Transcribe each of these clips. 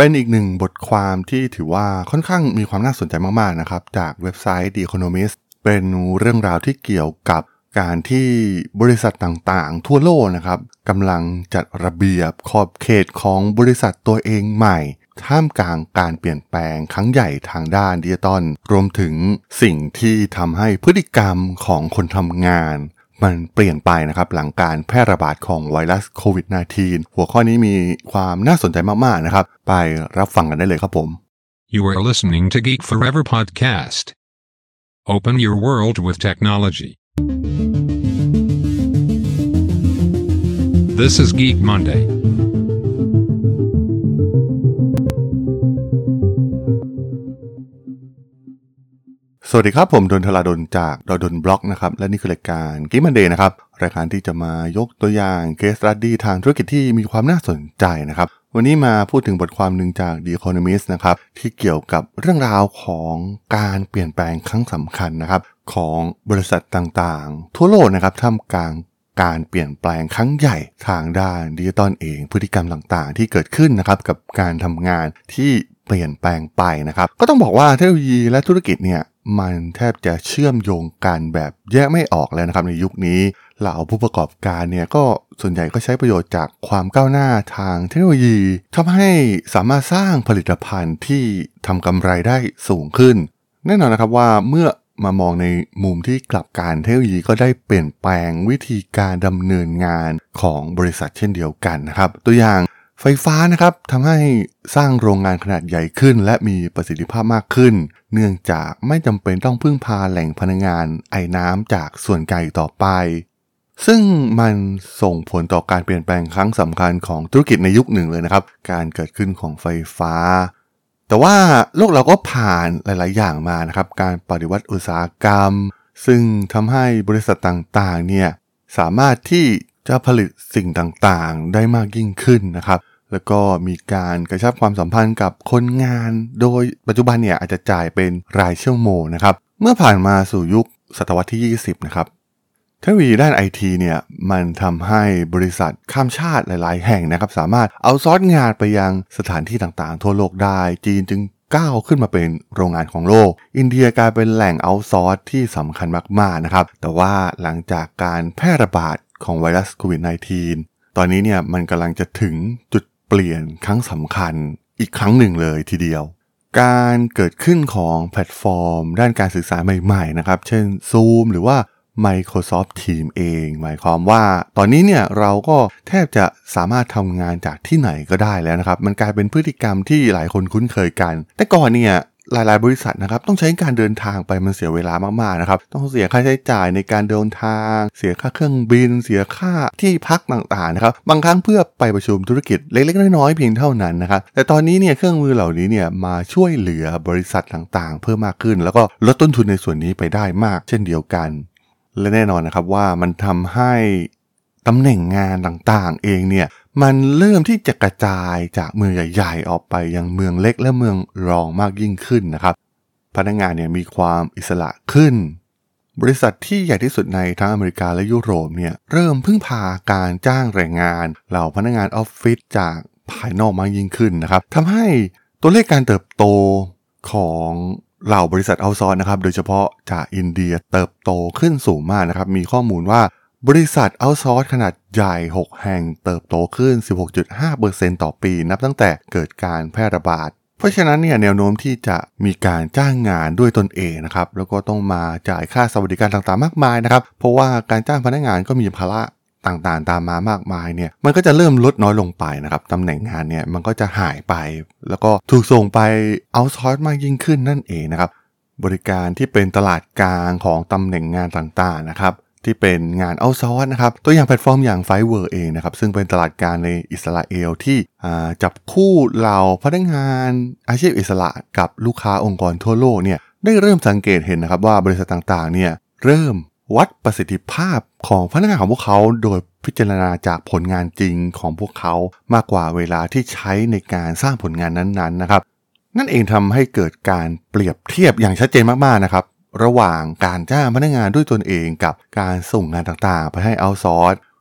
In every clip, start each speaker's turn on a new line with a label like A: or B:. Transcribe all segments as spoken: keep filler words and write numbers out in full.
A: เป็นอีกหนึ่งบทความที่ถือว่าค่อนข้างมีความน่าสนใจมากๆนะครับจากเว็บไซต์ The Economist เป็นเรื่องราวที่เกี่ยวกับการที่บริษัทต่างๆทั่วโลกนะครับกำลังจัดระเบียบขอบเขตของบริษัทตัวเองใหม่ท่ามกลางการเปลี่ยนแปลงครั้งใหญ่ทางด้านดิจิทัลรวมถึงสิ่งที่ทำให้พฤติกรรมของคนทำงานมันเปลี่ยนไปนะครับหลังการแพร่ระบาดของไวรัสโควิด สิบเก้า หัวข้อนี้มีความน่าสนใจมากๆนะครับไปรับฟังกันได้เลยครับผม
B: You are listening to Geek Forever podcast. Open your world with technology. This is Geek Monday.
A: สวัสดีครับผมดนทลาดลจากดนบล็อกนะครับและนี่คือรายการ Geek Monday นะครับรายการที่จะมายกตัวอย่าง Case Study ทางธุรกิจที่มีความน่าสนใจนะครับวันนี้มาพูดถึงบทความหนึ่งจาก The Economist นะครับที่เกี่ยวกับเรื่องราวของการเปลี่ยนแปลงครั้งสำคัญนะครับของบริษัทต่างๆทั่วโลกนะครับท่ามกลางการเปลี่ยนแปลงครั้งใหญ่ทางด้านดิจิทัลเองพฤติกรรมต่างๆที่เกิดขึ้นนะครับกับการทำงานที่เปลี่ยนแปลงไปนะครับก็ต้องบอกว่าเทคโนโลยีและธุรกิจเนี่ยมันแทบจะเชื่อมโยงกันแบบแยกไม่ออกเลยนะครับในยุคนี้เหล่าผู้ประกอบการเนี่ยก็ส่วนใหญ่ก็ใช้ประโยชน์จากความก้าวหน้าทางเทคโนโลยีทำให้สามารถสร้างผลิตภัณฑ์ที่ทำกำไรได้สูงขึ้นแน่นอนนะครับว่าเมื่อมามองในมุมที่กลับกันเทคโนโลยีก็ได้เปลี่ยนแปลงวิธีการดำเนินงานของบริษัทเช่นเดียวกันนะครับตัวอย่างไฟฟ้านะครับทำให้สร้างโรงงานขนาดใหญ่ขึ้นและมีประสิทธิภาพมากขึ้นเนื่องจากไม่จำเป็นต้องพึ่งพาแหล่งพลังงานไอน้ำจากส่วนไกลต่อไปซึ่งมันส่งผลต่อการเปลี่ยนแปลงครั้งสำคัญของธุรกิจในยุคหนึ่งเลยนะครับการเกิดขึ้นของไฟฟ้าแต่ว่าโลกเราก็ผ่านหลายๆอย่างมานะครับการปฏิวัติอุตสาหกรรมซึ่งทำให้บริษัทต่างๆเนี่ยสามารถที่จะผลิตสิ่งต่างๆได้มากยิ่งขึ้นนะครับแล้วก็มีการกระชับความสัมพันธ์กับคนงานโดยปัจจุบันเนี่ยอาจจะจ่ายเป็นรายชั่วโมงนะครับเมื่อผ่านมาสู่ยุคศตวรรษที่ยี่สิบนะครับเทคโนโลยีด้าน ไอ ที เนี่ยมันทำให้บริษัทข้ามชาติหลายๆแห่งนะครับสามารถเอาซอร์สงานไปยังสถานที่ต่างๆทั่วโลกได้จีนจึงก้าวขึ้นมาเป็นโรงงานของโลกอินเดียกลายเป็นแหล่งเอาท์ซอร์สที่สำคัญมากๆนะครับแต่ว่าหลังจากการแพร่ระบาดของไวรัสโควิด สิบเก้า ตอนนี้เนี่ยมันกำลังจะถึงจุดเปลี่ยนครั้งสำคัญอีกครั้งหนึ่งเลยทีเดียวการเกิดขึ้นของแพลตฟอร์มด้านการสื่อสารใหม่ๆนะครับเช่น Zoom หรือว่า Microsoft Teams เองหมายความว่าตอนนี้เนี่ยเราก็แทบจะสามารถทำงานจากที่ไหนก็ได้แล้วนะครับมันกลายเป็นพฤติกรรมที่หลายคนคุ้นเคยกันแต่ก่อนเนี่ยหลายๆบริษัทนะครับต้องใช้การเดินทางไปมันเสียเวลามากๆนะครับต้องเสียค่าใช้จ่ายในการเดินทางเสียค่าเครื่องบินเสียค่าที่พักต่างๆนะครับบางครั้งเพื่อไปประชุมธุรกิจเล็กๆน้อยๆเพียงเท่านั้นนะครับแต่ตอนนี้เนี่ยเครื่องมือเหล่านี้เนี่ยมาช่วยเหลือบริษัทต่างๆเพิ่มมากขึ้นแล้วก็ลดต้นทุนในส่วนนี้ไปได้มากเช่นเดียวกันและแน่นอนนะครับว่ามันทำให้ตำแหน่งงานต่างๆเองเนี่ยมันเริ่มที่จะกระจายจากเมืองใหญ่ๆออกไปยังเมืองเล็กและเมืองรองมากยิ่งขึ้นนะครับพนักงานเนี่ยมีความอิสระขึ้นบริษัทที่ใหญ่ที่สุดในทั้งอเมริกาและยุโรปเนี่ยเริ่มพึ่งพาการจ้างแรงงานเหล่าพนักงานออฟฟิศจากภายนอกมากยิ่งขึ้นนะครับทำให้ตัวเลขการเติบโตของเหล่าบริษัทเอาท์ซอร์สนะครับโดยเฉพาะจากอินเดียเติบโตขึ้นสูงมากนะครับมีข้อมูลว่าบริษัทเอาท์ซอร์สขนาดใหญ่หกแห่งเติบโตขึ้น สิบหกจุดห้าเปอร์เซ็นต์ ต่อปีนับตั้งแต่เกิดการแพร่ระบาดเพราะฉะนั้นเนี่ยแนวโน้มที่จะมีการจ้างงานด้วยตนเองนะครับแล้วก็ต้องมาจ่ายค่าสวัสดิการต่างๆมากมายนะครับเพราะว่าการจ้างพนักงานก็มีภาระต่างๆตามมามากมายเนี่ยมันก็จะเริ่มลดน้อยลงไปนะครับตำแหน่งงานเนี่ยมันก็จะหายไปแล้วก็ถูกส่งไปเอาท์ซอร์สมากยิ่งขึ้นนั่นเองนะครับบริการที่เป็นตลาดกลางของตำแหน่งงานต่างๆนะครับที่เป็นงานเอาท์ซอร์สนะครับตัวอย่างแพลตฟอร์มอย่าง Fiverr เองนะครับซึ่งเป็นตลาดกลางในอิสราเอลที่จับคู่เหล่าพนักงานอาชีพอิสระกับลูกค้าองค์กรทั่วโลกเนี่ยได้เริ่มสังเกตเห็นนะครับว่าบริษัทต่างๆเนี่ยเริ่มวัดประสิทธิภาพของพนักงานของพวกเขาโดยพิจารณาจากผลงานจริงของพวกเขามากกว่าเวลาที่ใช้ในการสร้างผลงานนั้นๆนะครับนั่นเองทำให้เกิดการเปรียบเทียบอย่างชัดเจนมากๆนะครับระหว่างการจ้างพนักงานด้วยตนเองกับการส่งงานต่างๆไปให้เอาท์ซอร์ส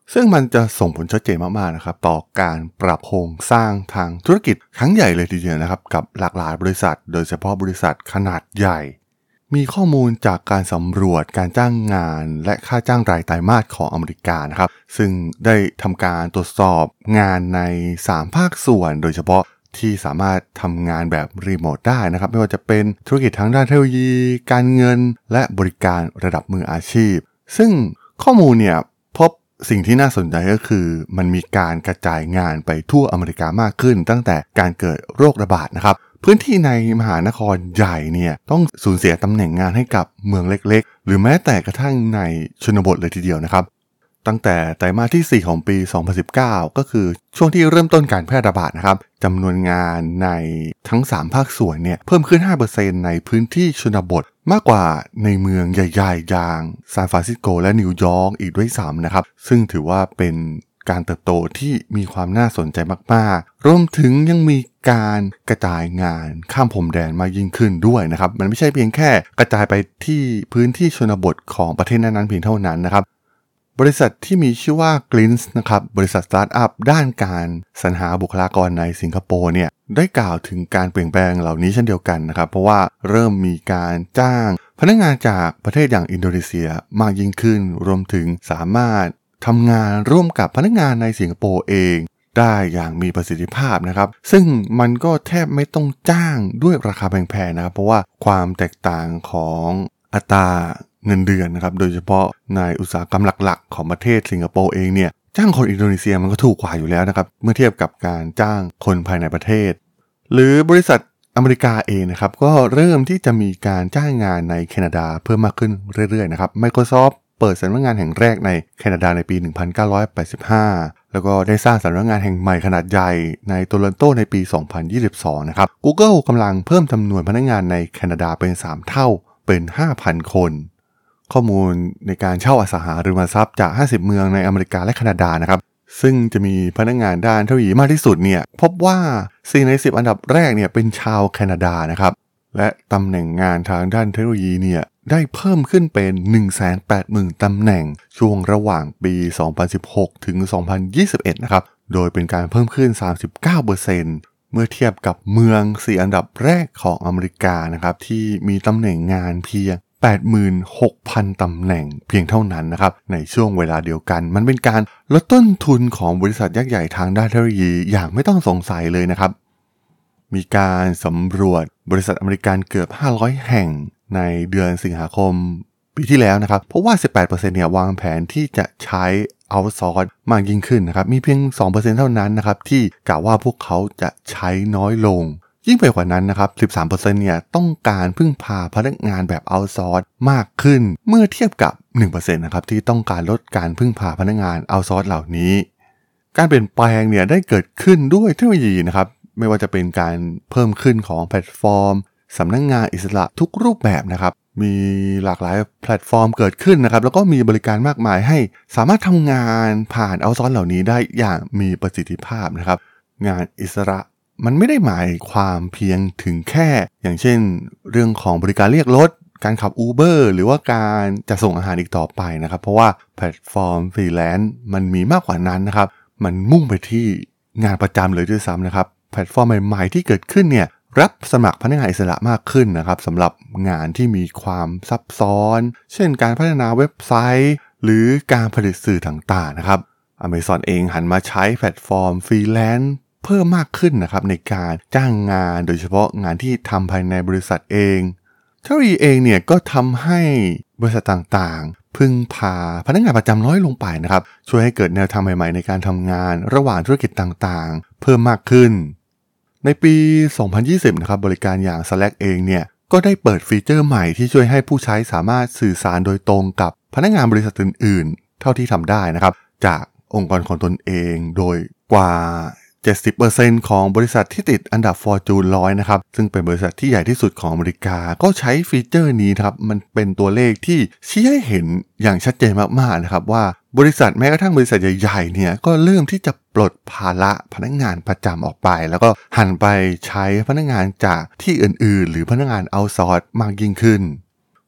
A: ซึ่งมันจะส่งผลชัดเจนมากๆนะครับต่อการปรับโครงสร้างทางธุรกิจครั้งใหญ่เลยทีเดียวนะครับกับหลากหลายบริษัทโดยเฉพาะบริษัทขนาดใหญ่มีข้อมูลจากการสำรวจการจ้างงานและค่าจ้างรายไตรมาสของอเมริกานะครับซึ่งได้ทำการตรวจสอบงานในสามภาคส่วนโดยเฉพาะที่สามารถทำงานแบบรีโมทได้นะครับไม่ว่าจะเป็นธุรกิจทางด้านเทคโนโลยีการเงินและบริการระดับมืออาชีพซึ่งข้อมูลเนี่ยพบสิ่งที่น่าสนใจก็คือมันมีการกระจายงานไปทั่วอเมริกามากขึ้นตั้งแต่การเกิดโรคระบาดนะครับพื้นที่ในมหานครใหญ่เนี่ยต้องสูญเสียตำแหน่งงานให้กับเมืองเล็กๆหรือแม้แต่กระทั่งในชนบทเลยทีเดียวนะครับตั้งแต่ไตรมาสที่สี่ของปีสองพันสิบเก้าก็คือช่วงที่เริ่มต้นการแพร่ระบาดนะครับจำนวนงานในทั้งสามภาคส่วนเนี่ยเพิ่มขึ้น ห้าเปอร์เซ็นต์ ในพื้นที่ชนบทมากกว่าในเมืองใหญ่ๆอย่างซานฟรานซิสโกและนิวยอร์กอีกด้วยซ้ำนะครับซึ่งถือว่าเป็นการเติบโตที่มีความน่าสนใจมากๆรวมถึงยังมีการกระจายงานข้ามพรมแดนมากยิ่งขึ้นด้วยนะครับมันไม่ใช่เพียงแค่กระจายไปที่พื้นที่ชนบทของประเทศนั้นๆเพียงเท่านั้นนะครับบริษัทที่มีชื่อว่า Glint นะครับบริษัทสตาร์ทอัพด้านการสรรหาบุคลากรในสิงคโปร์เนี่ยได้กล่าวถึงการเปลี่ยนแปลงเหล่านี้เช่นเดียวกันนะครับเพราะว่าเริ่มมีการจ้างพนักงานจากประเทศอย่างอินโดนีเซียมากยิ่งขึ้นรวมถึงสามารถทำงานร่วมกับพนักงานในสิงคโปร์เองได้อย่างมีประสิทธิภาพนะครับซึ่งมันก็แทบไม่ต้องจ้างด้วยราคาแพงๆนะครับเพราะว่าความแตกต่างของอัตราเงินเดือนนะครับโดยเฉพาะในอุตสาหกรรมหลักๆของประเทศสิงคโปร์เองเนี่ยจ้างคนอินโดนีเซียมันก็ถูกกว่าอยู่แล้วนะครับเมื่อเทียบกับการจ้างคนภายในประเทศหรือบริษัทอเมริกาเองนะครับก็เริ่มที่จะมีการจ้างงานในแคนาดาเพิ่มมากขึ้นเรื่อยๆนะครับ Microsoft เปิดสำนักงานแห่งแรกในแคนาดาในปีหนึ่งพันเก้าร้อยแปดสิบห้าแล้วก็ได้สร้างสำนักงานแห่งใหม่ขนาดใหญ่ในโตรอนโตในปีสองพันยี่สิบสองนะครับ Google กำลังเพิ่มจำนวนพนักงานในแคนาดาเป็นสามเท่าเป็น ห้าพัน คนข้อมูลในการเช่าอสังหาริมทรัพย์จากห้าสิบเมืองในอเมริกาและแคนาดานะครับซึ่งจะมีพนักงานด้านเทคโนโลยีมากที่สุดเนี่ยพบว่าสี่ในสิบอันดับแรกเนี่ยเป็นชาวแคนาดานะครับและตำแหน่งงานทางด้านเทคโนโลยีเนี่ยได้เพิ่มขึ้นเป็น หนึ่งแสนแปดหมื่น ตำแหน่งช่วงระหว่างปีสองพันสิบหกถึงสองพันยี่สิบเอ็ดนะครับโดยเป็นการเพิ่มขึ้น สามสิบเก้าเปอร์เซ็นต์ เมื่อเทียบกับเมืองสี่อันดับแรกของอเมริกานะครับที่มีตำแหน่งงานเพียงแปดหมื่นหกพัน ตำแหน่งเพียงเท่านั้นนะครับในช่วงเวลาเดียวกันมันเป็นการลดต้นทุนของบริษัทยักษ์ใหญ่ทางด้านเทคโนโลยีอย่างไม่ต้องสงสัยเลยนะครับมีการสำรวจบริษัทอเมริกันเกือบห้าร้อยแห่งในเดือนสิงหาคมปีที่แล้วนะครับเพราะว่า สิบแปดเปอร์เซ็นต์ เนี่ยวางแผนที่จะใช้เอาท์ซอร์สมากยิ่งขึ้นนะครับมีเพียง สองเปอร์เซ็นต์ เท่านั้นนะครับที่กล่าวว่าพวกเขาจะใช้น้อยลงยิ่งไปกว่านั้นนะครับ สิบสามเปอร์เซ็นต์ เนี่ยต้องการพึ่งพาพนักงานแบบเอาท์ซอร์สมากขึ้นเมื่อเทียบกับ หนึ่งเปอร์เซ็นต์ นะครับที่ต้องการลดการพึ่งพาพนักงานเอาท์ซอร์สเหล่านี้การเปลี่ยนแปลงเนี่ยได้เกิดขึ้นด้วยเทคโนโลยีนะครับไม่ว่าจะเป็นการเพิ่มขึ้นของแพลตฟอร์มสำนักงานอิสระทุกรูปแบบนะครับมีหลากหลายแพลตฟอร์มเกิดขึ้นนะครับแล้วก็มีบริการมากมายให้สามารถทำงานผ่านเอาท์ซอร์สเหล่านี้ได้อย่างมีประสิทธิภาพนะครับงานอิสระมันไม่ได้หมายความเพียงถึงแค่อย่างเช่นเรื่องของบริการเรียกรถการขับ Uber หรือว่าการจะส่งอาหารอีกต่อไปนะครับเพราะว่าแพลตฟอร์มฟรีแลนซ์มันมีมากกว่านั้นนะครับมันมุ่งไปที่งานประจำเลยด้วยซ้ำนะครับแพลตฟอร์มใหม่ๆที่เกิดขึ้นเนี่ยรับสมัครพนักงานอิสระมากขึ้นนะครับสำหรับงานที่มีความซับซ้อนเช่นการพัฒนาเว็บไซต์หรือการผลิตสื่อต่างๆนะครับ Amazon เองหันมาใช้แพลตฟอร์มฟรีแลนซ์เพิ่มมากขึ้นนะครับในการจ้างงานโดยเฉพาะงานที่ทำภายในบริษัทเองเทคโนโลยีเองเนี่ยก็ทำให้บริษัทต่างๆพึ่งพาพนักงานประจำน้อยลงไปนะครับช่วยให้เกิดแนวทางใหม่ๆในการทำงานระหว่างธุรกิจต่างๆเพิ่มมากขึ้นในปีสองพันยี่สิบนะครับบริการอย่าง Slack เองเนี่ยก็ได้เปิดฟีเจอร์ใหม่ที่ช่วยให้ผู้ใช้สามารถสื่อสารโดยตรงกับพนักงานบริษัทอื่นๆเท่าที่ทำได้นะครับจากองค์กรของตนเองโดยกว่าเจ็ดสิบเปอร์เซ็นต์ ของบริษัทที่ติดอันดับ Fortune หนึ่งร้อยนะครับซึ่งเป็นบริษัทที่ใหญ่ที่สุดของอเมริกาก็ใช้ฟีเจอร์นี้ครับมันเป็นตัวเลขที่ชี้ให้เห็นอย่างชัดเจนมากๆนะครับว่าบริษัทแม้กระทั่งบริษัทใหญ่ๆเนี่ยก็เริ่มที่จะปลดภาระพนักงานประจำออกไปแล้วก็หันไปใช้พนักงานจากที่อื่นๆหรือพนักงานเอาท์ซอร์สมากยิ่งขึ้น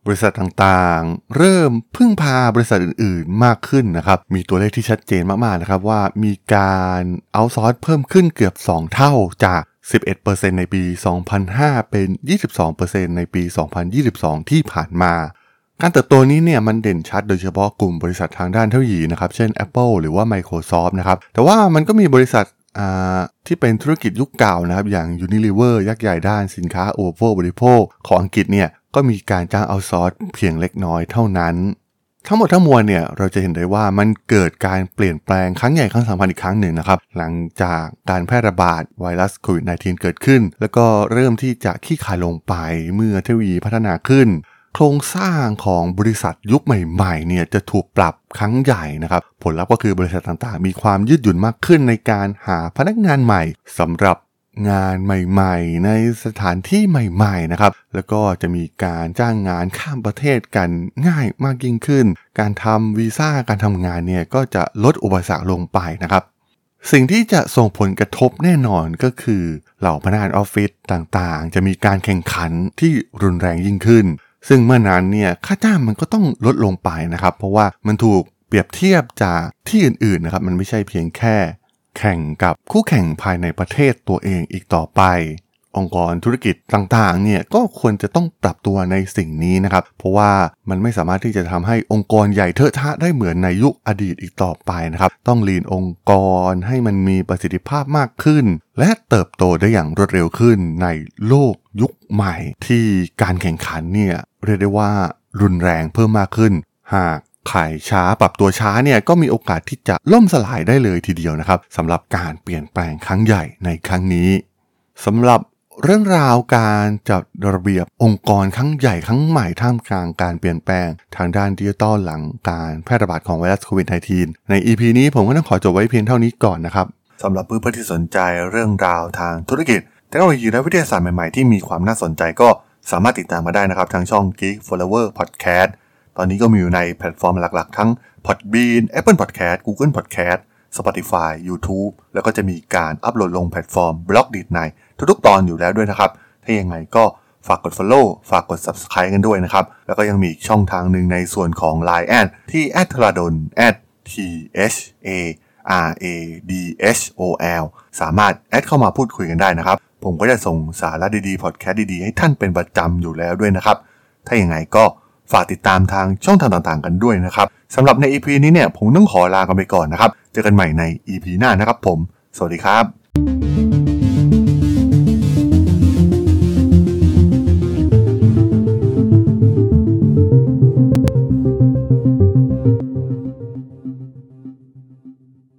A: บริษัทต่างๆเริ่มพึ่งพาบริษัทอื่นๆมากขึ้นนะครับมีตัวเลขที่ชัดเจนมากๆนะครับว่ามีการเอาท์ซอร์สเพิ่มขึ้นเกือบสองเท่าจาก สิบเอ็ดเปอร์เซ็นต์ ในปี สองพันห้า เป็น ยี่สิบสองเปอร์เซ็นต์ ในปี สองพันยี่สิบสอง ที่ผ่านมาการเติบโตนี้เนี่ยมันเด่นชัดโดยเฉพาะกลุ่มบริษัททางด้านเทคโนโลยีนะครับเช่น Apple หรือว่า Microsoft นะครับแต่ว่ามันก็มีบริษัทอ่าที่เป็นธุรกิจยุคเก่านะครับอย่าง Unilever ยักษ์ใหญ่ด้านสินค้าอุปโภคบริโภคของอังกฤษเนี่ยก็มีการจ้างเอาท์ซอร์สเพียงเล็กน้อยเท่านั้นทั้งหมดทั้งมวลเนี่ยเราจะเห็นได้ว่ามันเกิดการเปลี่ยนแปลงครั้งใหญ่ครั้งสำคัญอีกครั้งหนึ่งนะครับหลังจากการแพร่ระบาดไวรัสโควิด สิบเก้า เกิดขึ้นแล้วก็เริ่มที่จะขี้คายลงไปเมื่อเทคโนโลยีพัฒนาขึ้นโครงสร้างของบริษัทยุคใหม่ๆเนี่ยจะถูกปรับครั้งใหญ่นะครับผลลัพธ์ก็คือบริษัทต่างๆมีความยืดหยุ่นมากขึ้นในการหาพนักงานใหม่สำหรับงานใหม่ๆในสถานที่ใหม่ๆนะครับแล้วก็จะมีการจ้างงานข้ามประเทศกันง่ายมากยิ่งขึ้นการทำวีซ่าการทำงานเนี่ยก็จะลดอุปสรรคลงไปนะครับสิ่งที่จะส่งผลกระทบแน่นอนก็คือเหล่าพนักงานออฟฟิศต่างๆจะมีการแข่งขันที่รุนแรงยิ่งขึ้นซึ่งเมื่อนั้นเนี่ยค่าจ้างมันก็ต้องลดลงไปนะครับเพราะว่ามันถูกเปรียบเทียบจากที่อื่นๆนะครับมันไม่ใช่เพียงแค่แข่งกับคู่แข่งภายในประเทศตัวเองอีกต่อไปองค์กรธุรกิจต่างๆเนี่ยก็ควรจะต้องปรับตัวในสิ่งนี้นะครับเพราะว่ามันไม่สามารถที่จะทำให้องค์กรใหญ่เทอะทะได้เหมือนในยุคอดีตอีกต่อไปนะครับต้องลีนองค์กรให้มันมีประสิทธิภาพมากขึ้นและเติบโตได้อย่างรวดเร็วขึ้นในโลกยุคใหม่ที่การแข่งขันเนี่ยเรียกได้ว่ารุนแรงเพิ่มมากขึ้นหากขายช้าปรับตัวช้าเนี่ยก็มีโอกาสที่จะล่มสลายได้เลยทีเดียวนะครับสำหรับการเปลี่ยนแปลงครั้งใหญ่ในครั้งนี้สำหรับเรื่องราวการจัดระเบียบองค์กรครั้งใหญ่ครั้งใหม่ท่ามกลางการเปลี่ยนแปลงทางด้านดิจิทัลหลังการแพร่ระบาดของไวรัสโควิด สิบเก้า ใน อี พี นี้ผมก็ต้องขอจบไว้เพียงเท่านี้ก่อนนะครับสำหรับเพื่อนๆที่สนใจเรื่องราวทางธุรกิจเทคโนโลยีและวิทยาศาสตร์ใหม่ๆที่มีความน่าสนใจก็สามารถติดตามมาได้นะครับทางช่อง Geek Forever Podcast ตอนนี้ก็มีอยู่ในแพลตฟอร์มหลักๆทั้ง Podbean Apple Podcast Google Podcast Spotify YouTube แล้วก็จะมีการอัปโหลดลงแพลตฟอร์ม Blogdit ในทุกๆตอนอยู่แล้วด้วยนะครับถ้ายังไงก็ฝากกด follow ฝากกด subscribe กันด้วยนะครับแล้วก็ยังมีอีกช่องทางหนึ่งในส่วนของ ไลน์ แอด ที่ แอท ธราดล แอท ที เอช เอ อาร์ เอ ดี เอช โอ แอล สามารถแอดเข้ามาพูดคุยกันได้นะครับผมก็จะส่งสาระดีๆพอดแคสต์ดีๆให้ท่านเป็นประจำอยู่แล้วด้วยนะครับถ้ายังไงก็ฝากติดตามทางช่องทางต่างๆกันด้วยนะครับสำหรับใน อี พี นี้เนี่ยผมต้องขอลากันไปก่อนนะครับเจอกันใหม่ใน อี พี หน้านะครับผมสวัสดีครับ